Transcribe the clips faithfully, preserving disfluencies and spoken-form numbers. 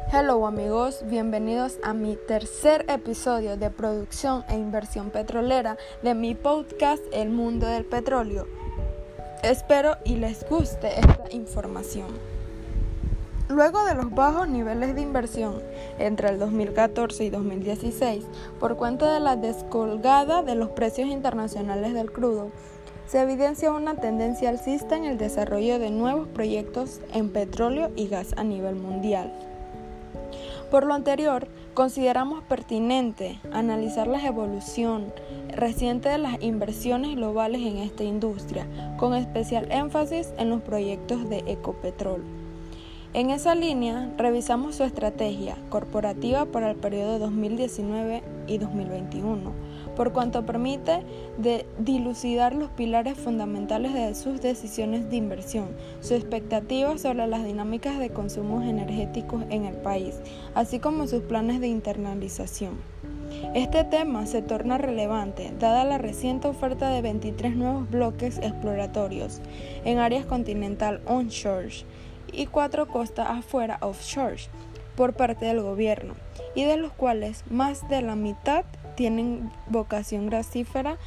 Hello amigos, bienvenidos a mi tercer episodio de producción e inversión petrolera de mi podcast El Mundo del Petróleo. Espero y les guste esta información. Luego de los bajos niveles de inversión entre el dos mil catorce y dos mil dieciséis, por cuenta de la descolgada de los precios internacionales del crudo, se evidencia una tendencia alcista en el desarrollo de nuevos proyectos en petróleo y gas a nivel mundial. Por lo anterior, consideramos pertinente analizar la evolución reciente de las inversiones globales en esta industria, con especial énfasis en los proyectos de Ecopetrol. En esa línea, revisamos su estrategia corporativa para el periodo dos mil diecinueve y dos mil veintiuno, por cuanto permite de dilucidar los pilares fundamentales de sus decisiones de inversión, su expectativa sobre las dinámicas de consumos energéticos en el país, así como sus planes de internalización. Este tema se torna relevante dada la reciente oferta de veintitrés nuevos bloques exploratorios en áreas continental onshore y cuatro costas afuera offshore por parte del gobierno, y de los cuales más de la mitad tienen vocación gasífera.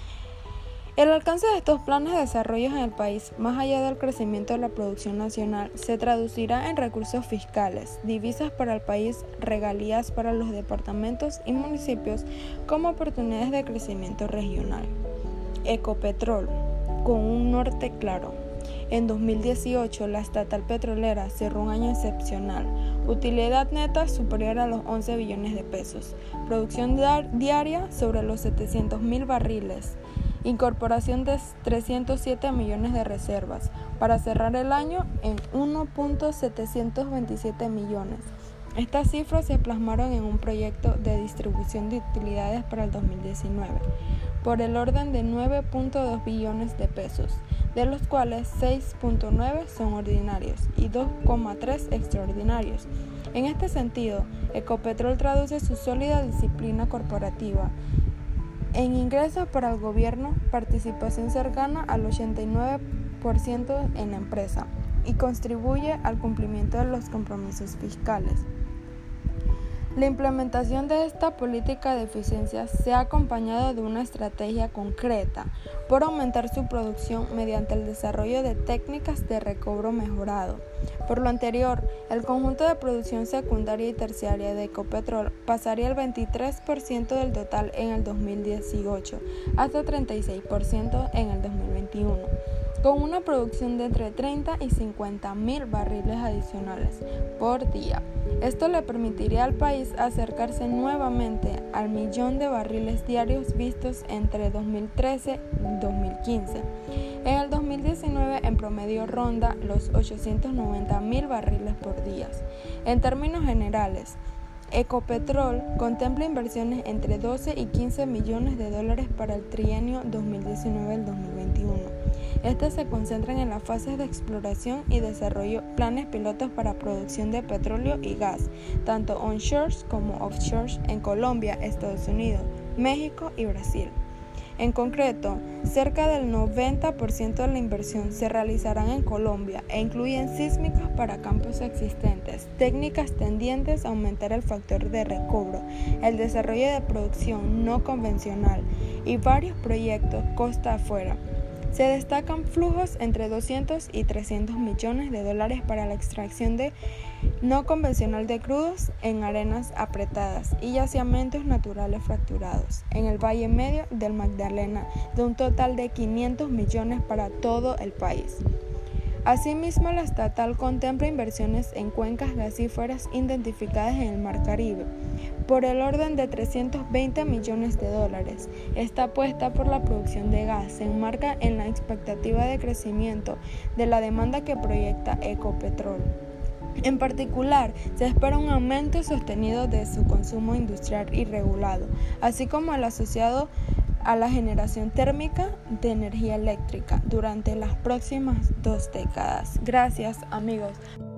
El alcance de estos planes de desarrollo en el país, más allá del crecimiento de la producción nacional, se traducirá en recursos fiscales, divisas para el país, regalías para los departamentos y municipios, como oportunidades de crecimiento regional. Ecopetrol, con un norte claro. En dos mil dieciocho, la estatal petrolera cerró un año excepcional, utilidad neta superior a los once billones de pesos, producción diaria sobre los setecientos mil barriles, incorporación de trescientos siete millones de reservas, para cerrar el año en uno punto setecientos veintisiete millones. Estas cifras se plasmaron en un proyecto de distribución de utilidades para el dos mil diecinueve, por el orden de nueve punto dos billones de pesos, de los cuales seis punto nueve son ordinarios y dos coma tres extraordinarios. En este sentido, Ecopetrol traduce su sólida disciplina corporativa en ingresos para el gobierno, participación cercana al ochenta y nueve por ciento en la empresa, y contribuye al cumplimiento de los compromisos fiscales. La implementación de esta política de eficiencia se ha acompañado de una estrategia concreta por aumentar su producción mediante el desarrollo de técnicas de recobro mejorado. Por lo anterior, el conjunto de producción secundaria y terciaria de Ecopetrol pasaría el veintitrés por ciento del total en el dos mil dieciocho hasta treinta y seis por ciento en el dos mil veintiuno. Con una producción de entre treinta y cincuenta mil barriles adicionales por día. Esto le permitiría al país acercarse nuevamente al millón de barriles diarios vistos entre dos mil trece y dos mil quince. En el dos mil diecinueve, en promedio, ronda los ochocientos noventa mil barriles por día. En términos generales, Ecopetrol contempla inversiones entre doce y quince millones de dólares para el trienio dos mil diecinueve al dos mil veintiuno. Estas se concentran en las fases de exploración y desarrollo, planes pilotos para producción de petróleo y gas, tanto onshore como offshore en Colombia, Estados Unidos, México y Brasil. En concreto, cerca del noventa por ciento de la inversión se realizarán en Colombia e incluyen sísmicas para campos existentes, técnicas tendientes a aumentar el factor de recobro, el desarrollo de producción no convencional y varios proyectos costa afuera. Se destacan flujos entre doscientos y trescientos millones de dólares para la extracción de no convencional de crudos en arenas apretadas y yacimientos naturales fracturados en el Valle Medio del Magdalena, de un total de quinientos millones para todo el país. Asimismo, la estatal contempla inversiones en cuencas gasíferas identificadas en el Mar Caribe, por el orden de trescientos veinte millones de dólares. Esta apuesta por la producción de gas se enmarca en la expectativa de crecimiento de la demanda que proyecta Ecopetrol. En particular, se espera un aumento sostenido de su consumo industrial y regulado, así como el asociado a la generación térmica de energía eléctrica durante las próximas dos décadas. Gracias, amigos.